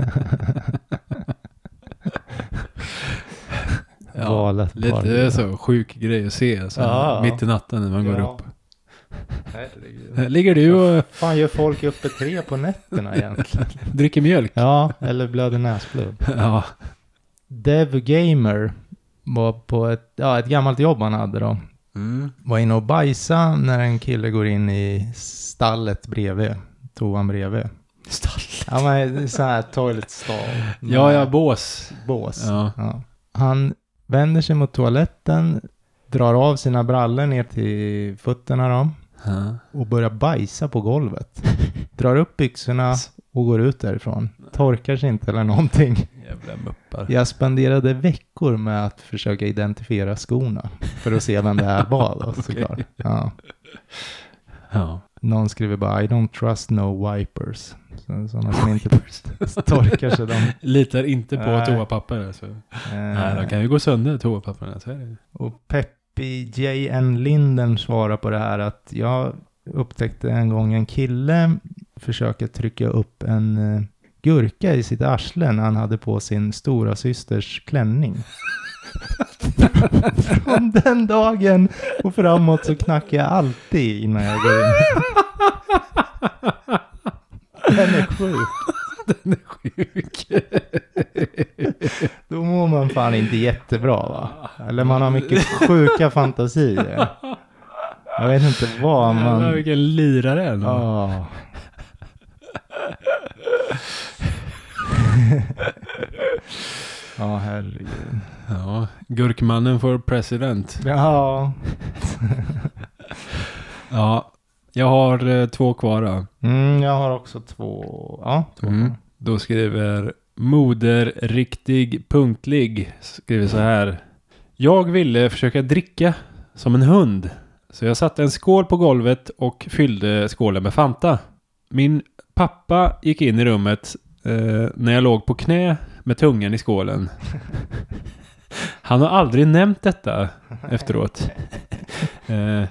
Ja, Valet lite bara. så sjuk grej att se alltså, Ja. mitt i natten när man går Ja. upp. Herregud. Här ligger du och Fan gör folk uppe tre på nätterna egentligen? dricker mjölk. Ja, eller blöder näsblod. Ja. Dev Gamer var på ett, ja, ett gammalt jobb han hade då. Mm. Var inne och bajsa när en kille går in i stallet bredvid. Toan bredvid. Stall. Ja, men så här toilet stall. Ja, ja, bås. Bås. Ja. Ja. Han vänder sig mot toaletten, drar av sina brallor ner till fötterna då, Ja. och börjar bajsa på golvet. Drar upp byxorna och går ut därifrån. Torkar sig inte eller någonting. Jävla muppar. Jag spenderade veckor med att försöka identifiera skorna för att se vem det här var då, såklart. Ja. Ja. Någon skriver bara I don't trust no wipers. Så, sådana som inte torkar sig. De, Litar inte på Nej. toapapper. Alltså. eh, Nej, de kan ju gå sönder toapapperna. Så är det. Och Peppi J N Linden svarar på det här att jag upptäckte en gång en kille försöka trycka upp en eh, gurka i sitt arsle när han hade på sin stora systers klänning. Från den dagen och framåt så knackar jag alltid innan jag går in. Den är sjuk. Den är sjuk. Då mår man fan inte jättebra, va? Eller man har mycket sjuka fantasier. Jag vet inte vad Man... man... Vilken lirare ändå. Ja. Ja, herregud. Ja, gurkmannen för president. Ja. Ja, jag har eh, två kvar då. Mm, jag har också två. Ja, två. Mm. Då skriver Moder riktig punktlig skriver så här. Jag ville försöka dricka som en hund. Så jag satte en skål på golvet och fyllde skålen med Fanta. Min pappa gick in i rummet eh, när jag låg på knä med tungan i skålen. Han har aldrig nämnt detta efteråt. Eh,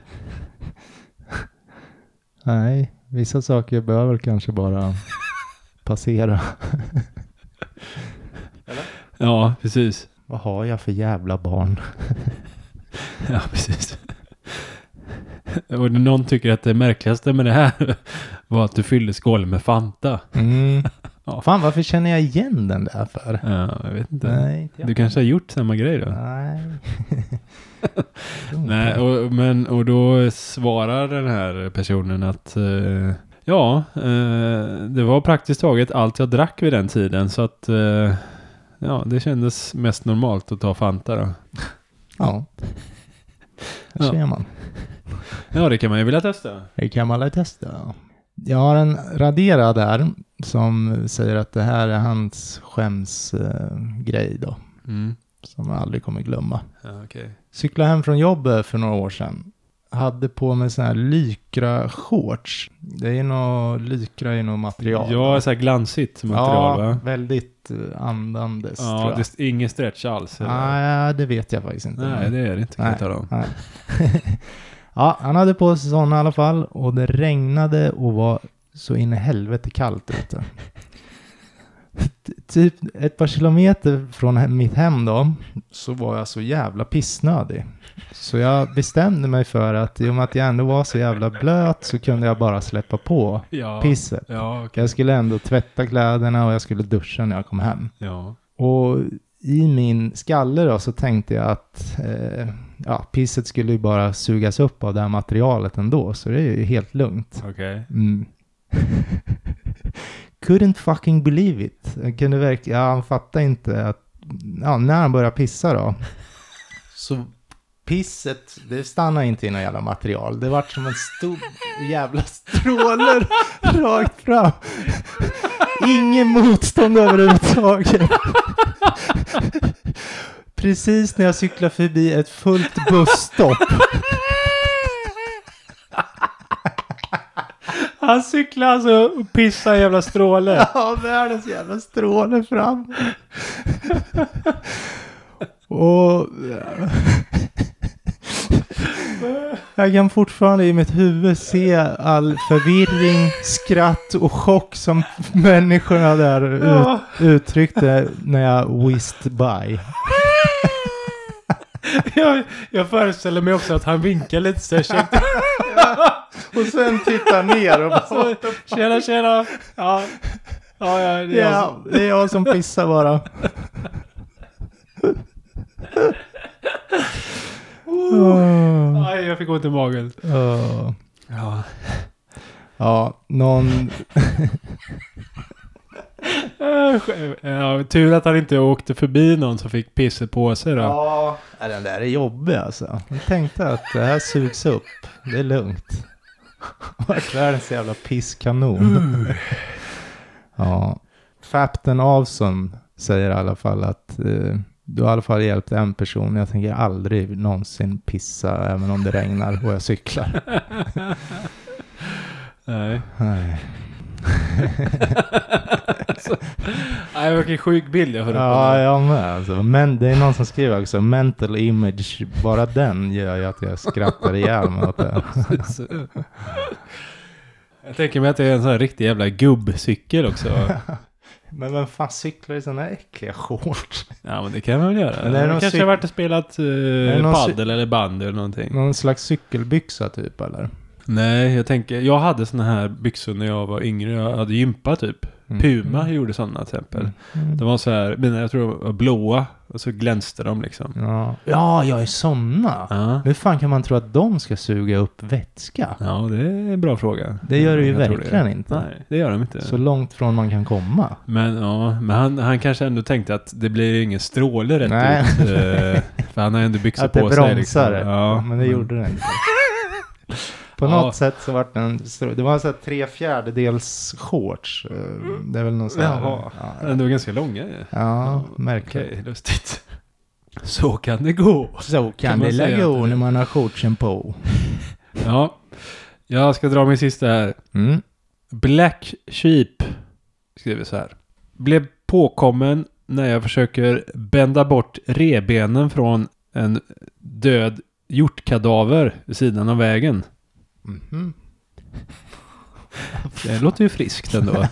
Nej, vissa saker behöver kanske bara passera. ja, precis. Vad har jag för jävla barn? Ja, precis. Och någon tycker att det märkligaste med det här var att du fyllde skålen med Fanta. Mm. Ja. Fan, varför känner jag igen den där för? Ja, jag vet inte. Nej, inte jag. Du kanske har gjort samma grej då? Nej. Nej, och, men, och då svarar den här personen att eh, ja, eh, det var praktiskt taget allt jag drack vid den tiden. Så att eh, ja, det kändes mest normalt att ta Fanta då. Ja. Där Ja. ser man. Ja, det kan man ju vilja testa. Det kan man väl testa. Jag har en raderad där som säger att det här är hans skämsgrej eh, grej då. Mm. Som jag aldrig kommer glömma. Ja, okej. Cykla hem från jobbet för några år sedan. Hade på mig sån här lykra shorts. Det är nog lykra i något material. Ja, så här glansigt material, ja, va? väldigt uh, andandes. tror Ja, jag. det är ingen stretch alls. eller? Nej, det vet jag faktiskt inte. Nej, det är det inte. Kan jag tala om. Nej. Ja, han hade på sig sådana i alla fall. Och det regnade och var så in i helvete kallt ute. T- typ ett par kilometer från he- mitt hem då, så var jag så jävla pissnödig. Så jag bestämde mig för att i och med att jag ändå var så jävla blöt så kunde jag bara släppa på Ja. pisset. Ja, okej. Jag skulle ändå tvätta kläderna och jag skulle duscha när jag kom hem. Ja. Och i min skalle då så tänkte jag att eh, ja, pisset skulle ju bara sugas upp av det här materialet ändå. Så det är ju helt lugnt. Okej. Mm. Couldn't fucking believe it. Jag kunde verkligen, ja, han fattade inte att ja, när han började pissa då så pisset, det stannade inte i något jävla material. Det var som en stor jävla stråle rakt fram. Ingen motstånd överhuvudtaget. Precis när jag cyklar förbi ett fullt busstopp. Han cyklar alltså och pissar en jävla stråle. Ja, världens jävla stråle fram. Och Jag kan fortfarande i mitt huvud se all förvirring, skratt och chock som människorna där ut, uttryckte när jag whisked by. jag, jag föreställer mig också att han vinkar lite så här käckt. Och sen tittar ner och bara... Så, tjena, tjena. Ja, ja, ja, det, är Ja, jag som... det är jag som pissar bara. Oh. Nej, jag fick ont i magen. Uh. Ja. Ja, någon... ja, tur att han inte åkte förbi någon som fick pisset på sig då. Ja, den där är jobbig alltså. Jag tänkte att det här sugs upp. Det är lugnt. Vart världens jävla pisskanon. Mm. Ja. Captain Avson säger i alla fall att eh, du har i alla fall hjälpt en person. Jag tänker aldrig någonsin pissa även om det regnar och jag cyklar. Nej. Nej. alltså, nej, vilken sjuk bild jag får upp. Ja, jag med. Alltså. Men det är någon som skriver också mental image. Bara den gör ju att jag skrattar ihjäl mig åt det. Jag tänker mig att det är en sån här riktig jävla gubbcykel också. Men vem fan cyklar i såna äckliga shorts? Ja, men det kan man väl göra. Men det är det någon kanske cyk- har varit och spelat uh, någon paddel eller bandy eller någonting. Någon slags cykelbyxa typ, eller? Nej, jag tänker... Jag hade såna här byxor när jag var yngre. Jag hade gympa typ. Mm. Puma gjorde sådana till exempel. Mm. De var så här... Mina, jag tror de var blåa. Och så glänste de liksom. Ja, ja jag är såna. Ja. Hur fan kan man tro att de ska suga upp vätska? Ja, det är en bra fråga. Det gör det ju Jag tror verkligen det. inte. Nej, det gör de inte. Så långt från man kan komma. Men ja, men han, han kanske ändå tänkte att det blir ingen stråle rätt Nej. ut. eh, för han har ändå byxor Att det på sig. bromsar Liksom. det. Ja, men det gjorde det inte. På Ja. något sätt så var det en... Det var så här tre fjärdedels shorts. eh, Det är väl någon sån här... Jaha. Ja, Ändå ganska långa. Ja, ja märkligt. okej, lustigt. Så kan det gå. Så kan, Kan man det säga lägga att det- när man har shortsen på. Ja, jag ska dra min sista här. Mm. Black Sheep skriver så här. Blev påkommen när jag försöker bända bort rebenen från en död hjortkadaver vid sidan av vägen. Mhm. Det låter ju friskt ändå.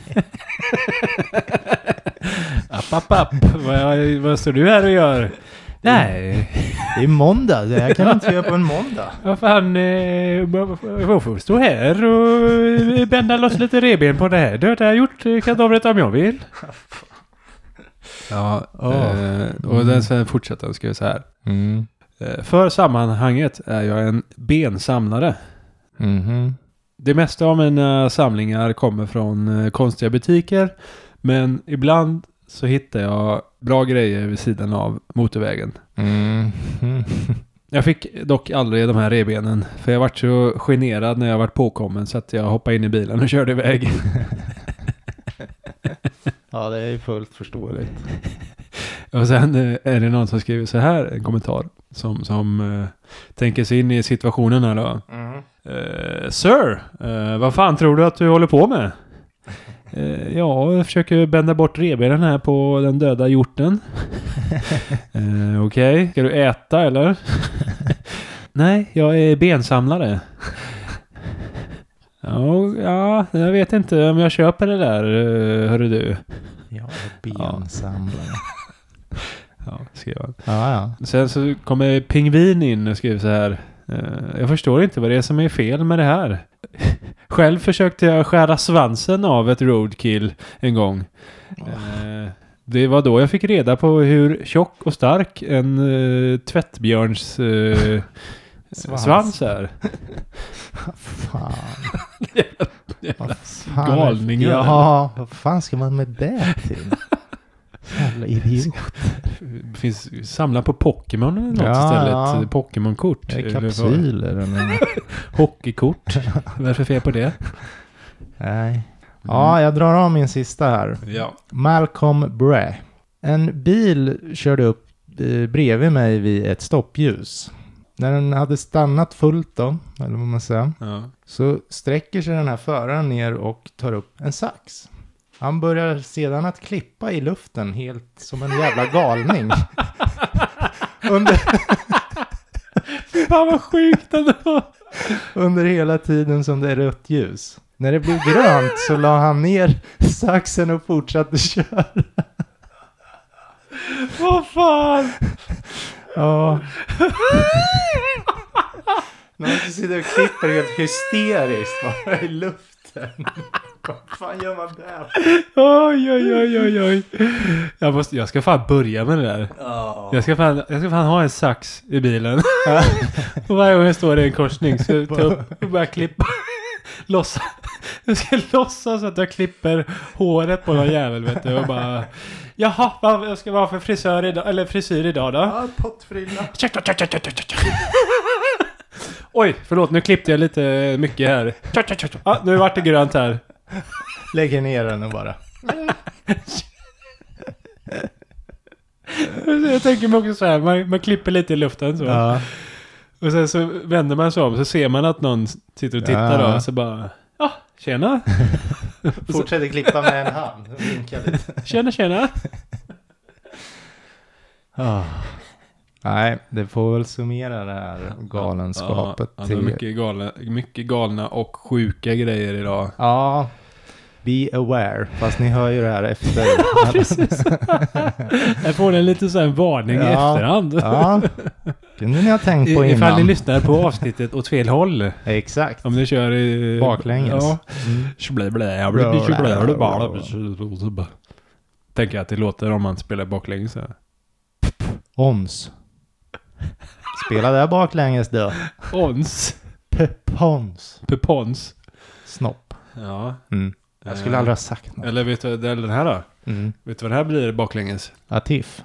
app, app, app. Vad, vad står du här och gör? Nej. Det är måndag. Det här kan man inte göra på en måndag. Vad fan, eh, vad får stå här och bända loss lite reben på det här döda hjortkadavret om jag vill. Ja, Oh. eh, och den sen fortsätter ska jag så här. Mm. Eh, för sammanhanget är jag en bensamlare. Mhm. Det mesta av mina samlingar kommer från eh, konstiga butiker, men ibland så hittar jag bra grejer vid sidan av motorvägen. Mm. Jag fick dock aldrig de här rebenen, för jag varit så generad när jag varit påkommen så att jag hoppade in i bilen och körde iväg. Ja, det är ju fullt förståeligt. Och sen eh, är det någon som skriver så här, en kommentar som, som eh, tänker sig in i situationen här då. Mm. Eh, Sir, eh, vad fan tror du att du håller på med? Eh, ja, jag försöker bända bort rebenen här på den döda hjorten. eh, Okej, okay. Ska du äta eller? Nej, jag är bensamlare. Ja, ja, jag vet inte om jag köper det där, eh, hörru du. Jag är bensamlare. Ja, skrev han. Ja, ja. Sen så kommer Pingvin in och skriver så här. Eh, jag förstår inte vad det är som är fel med det här. Själv försökte jag skära svansen av ett roadkill en gång. Eh, det var då jag fick reda på hur tjock och stark en uh, tvättbjörns uh, Svans. svans är. Fan. Jävla Vad fan. galningar. Ja, vad fan ska man med det till? Jävla idiot. Det finns samla på Pokémon eller något Ja, istället. ja. Pokémon-kort. Det är eller vad? kapsyler eller... Hockeykort. Varför fel på det? Nej. Ja, jag drar av min sista här. Ja. Malcolm Bray. En bil körde upp eh, bredvid mig vid ett stoppljus. När den hade stannat fullt då, eller vad man säger, Ja. så sträcker sig den här föraren ner och tar upp en sax. Han börjar sedan att klippa i luften helt som en jävla galning. under, Fan vad sjukt ändå. Under hela tiden som det är rött ljus. När det blev grönt så la han ner saxen och fortsatte köra. Vad fan? Ja. När man sitter och klipper helt hysteriskt bara i luften. Vad fan gör man där? Oj, oj, oj, oj, oj. Jag, måste, jag ska fan börja med det där. Oh. Jag ska fan, jag ska fan ha en sax i bilen. Och varje gång jag står i en korsning så jag ta upp och börja klippa. Lossa. Jag ska låtsas att jag klipper håret på någon jävel, vet du. Och bara, jaha, vad jag ska vara för frisör idag, eller frisyr idag då? Ja, pottfrilla. Oj, förlåt, nu klippte jag lite mycket här. Ah, nu vart det grönt här. Lägger ner den och bara. Jag tänker mig också så här, man, man klipper lite i luften så. Ja. Och sen så vänder man sig om, så ser man att någon sitter och tittar Ja. då, så bara, ja, tjena. Fortsätter klippa med en hand och vinka lite. Tjena, tjena. Oh. Nej, det får väl summera det här galenskapet ja, till... Ja, mycket, galna, mycket galna och sjuka grejer idag. Ja, be aware. Fast ni hör ju det här efter. Ja, precis. Jag får en lite så här varning Ja. i efterhand. Ja, kunde ni ha tänkt på I, ifall innan. ni lyssnar på avsnittet åt fel håll. Exakt. Om ni kör i... Baklänges. Ja. Mm. Blä, blä, jag blir blä, blä, blä, blä. Tänker att det låter om man spelar baklänges. Så. Ons. Spela där baklänges då. Ons. Pepons. Pepons. Snopp. Ja. Mm. Jag skulle Eh, aldrig ha sagt något. Eller vet du, den här då? Mm. Vet du vad det här blir baklänges? Atif.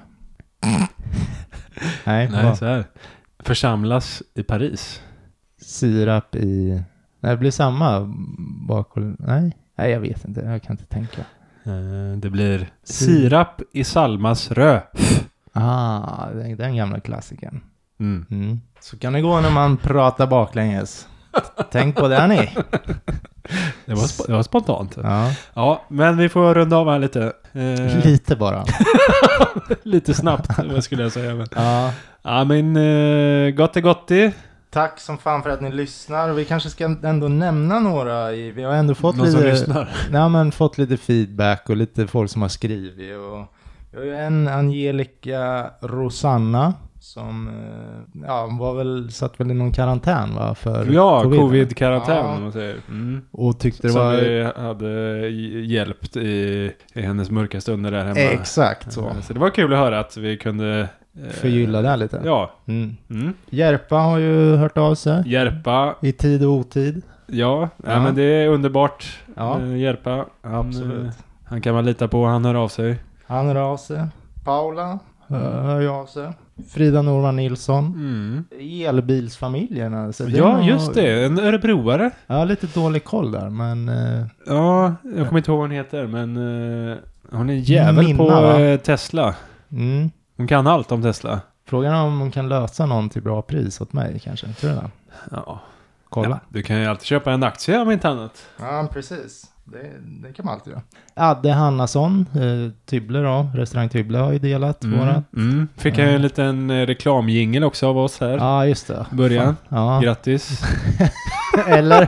Nej, Nej, vad? så här. Församlas i Paris. Sirap i... Nej, det blir samma bakhåll. Nej. Nej, jag vet inte. Jag kan inte tänka. Eh, Det blir sirap i Salmas rö. Ah, den, den gamla klassikern. Mm. Mm. Så kan det gå när man pratar baklänges. Tänk på det ni. Det var, sp- det var spontant. Ja. Ja, Men vi får runda av här lite. Eh, lite bara. lite snabbt, vad skulle jag säga. Men. Ja. Ja, men eh, gotti gotti. Tack som fan för att ni lyssnar. Vi kanske ska ändå nämna några. I, vi har ändå fått Någon som lite, lyssnar. nej, men fått lite feedback och lite folk som har skrivit. Och vi har ju en Angelica Rosanna som eh, ja, var väl, satt väl i någon karantän va? För Ja, covid. covid-karantän Ja. om man säger. Mm. Och tyckte det Som var... vi hade hjälpt i, i hennes mörka stunder där hemma. Exakt så. Så det var kul att höra att vi kunde... eh, Förgylla där lite. Ja. Mm. Mm. Järpa har ju hört av sig. Järpa. I tid och otid. Ja, ja. Ja. men det är underbart. Ja. Eh, Järpa. Han, Absolut. eh, han kan man lita på, han hör av sig. Han hör av sig. Paula hör, hör ju av sig. Frida Norman Nilsson. Mm. Elbilsfamiljerna. Så det är Ja, nog- just det. En örebroare. Jag har lite dålig koll där, men... Eh, Ja, jag kommer inte ihåg vad hon heter, men eh, hon är en jävel Minna, på va? eh, Tesla. mm. Hon kan allt om Tesla. Frågan är om hon kan lösa någon till bra pris åt mig kanske. Tror du det? Ja. Kolla. Ja, du kan ju alltid köpa en aktie om inte annat. Ja, precis. Det, det kan man alltid göra. Adde Hannason, eh, Tybble då. Restaurang Tybble har ju delat Mm. vårat. Mm. Fick jag en liten eh, reklamjingel också av oss här. Ja, just det. Början. Ja. Grattis. Eller?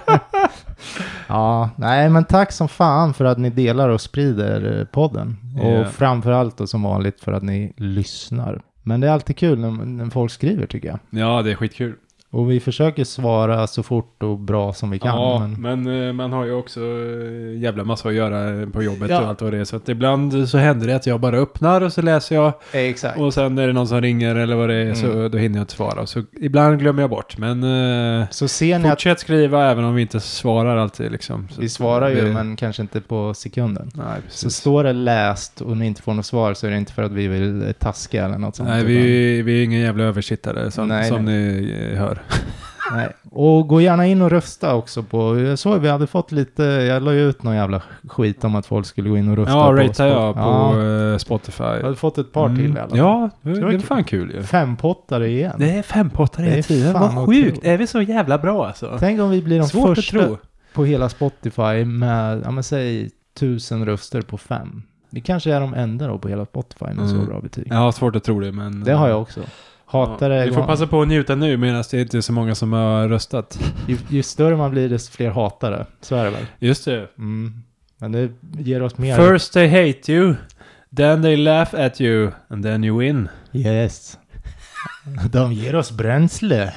Ja, nej men tack som fan för att ni delar och sprider eh, podden. Ja. Och framförallt då som vanligt för att ni lyssnar. Men det är alltid kul när, när folk skriver tycker jag. Ja, det är skitkul. Och vi försöker svara så fort och bra som vi kan. Ja, men... men eh, man har ju också eh, jävla massa att göra på jobbet Ja. och allt vad det är. Så att ibland så händer det att jag bara öppnar och så läser jag. Exakt. Och sen är det någon som ringer eller vad det är, Mm. så då hinner jag inte svara. Så ibland glömmer jag bort. Men eh, Så ser ni att fortsätt skriva även om vi inte svarar alltid. Liksom. Så vi svarar ju vi- men kanske inte på sekunden. Nej, Så precis. står det läst och ni inte får något svar så är det inte för att vi vill eh, taska eller något sånt. Nej, utan- vi, vi är ingen jävla översittare som, Nej, som nej. ni eh, hör. Nej. Och gå gärna in och rösta också på, jag såg vi hade fått lite, jag la ju ut någon jävla skit om att folk skulle gå in och rösta Ja, på ratear Spot- jag på Ja, eh, Spotify. jag hade fått ett par till i alla fall. Ja, det, det det var är kul. fan kul ju. Fempottare igen. Det är fempottare Det är hela tiden. fan Vad sjukt. otroligt. Är vi så jävla bra alltså? Tänk om vi blir de Svårt första att tro. på hela Spotify med, ja men säg tusen röster på fem. Vi kanske är de enda då på hela Spotify med så Mm. bra betyg. Jag har svårt att tro det, men... Det har jag också. Hatare... Ja, vi får passa på att njuta nu medan det inte är så många som har röstat. Ju, ju större man blir, desto fler hatare. Så är det väl? Just det. Mm. Men det ger oss mer... First they hate you, then they laugh at you, and then you win. Yes. De ger oss bränsle.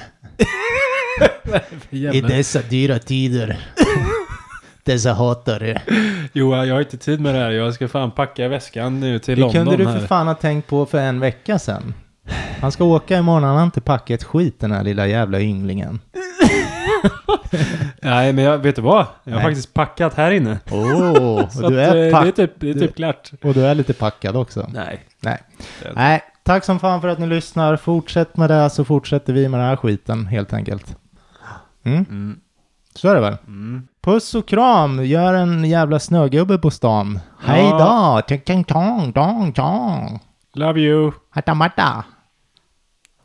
I dessa dyra tider. Dessa hatare. Jo, jag har inte tid med det här. Jag ska fan packa väskan nu till det London. Det kunde du här. för fan ha tänkt på för en vecka sedan. Han ska åka imorgon, han har inte packat skit, den här lilla jävla ynglingen. Nej, men jag vet du vad? Jag har Nej. faktiskt packat här inne. Åh, oh, Så du att, är eh, pack... det är typ, det är typ du... klart. Och du är lite packad också. Nej. Nej. Det... Nej, tack som fan för att ni lyssnar. Fortsätt med det, så fortsätter vi med den här skiten helt enkelt. Mm? Mm. Så är det väl? Mm. Puss och kram, gör en jävla snögubbe på stan. Ja. Hej då! Tjing tjing tong tong tong. Love you. Hatta matta.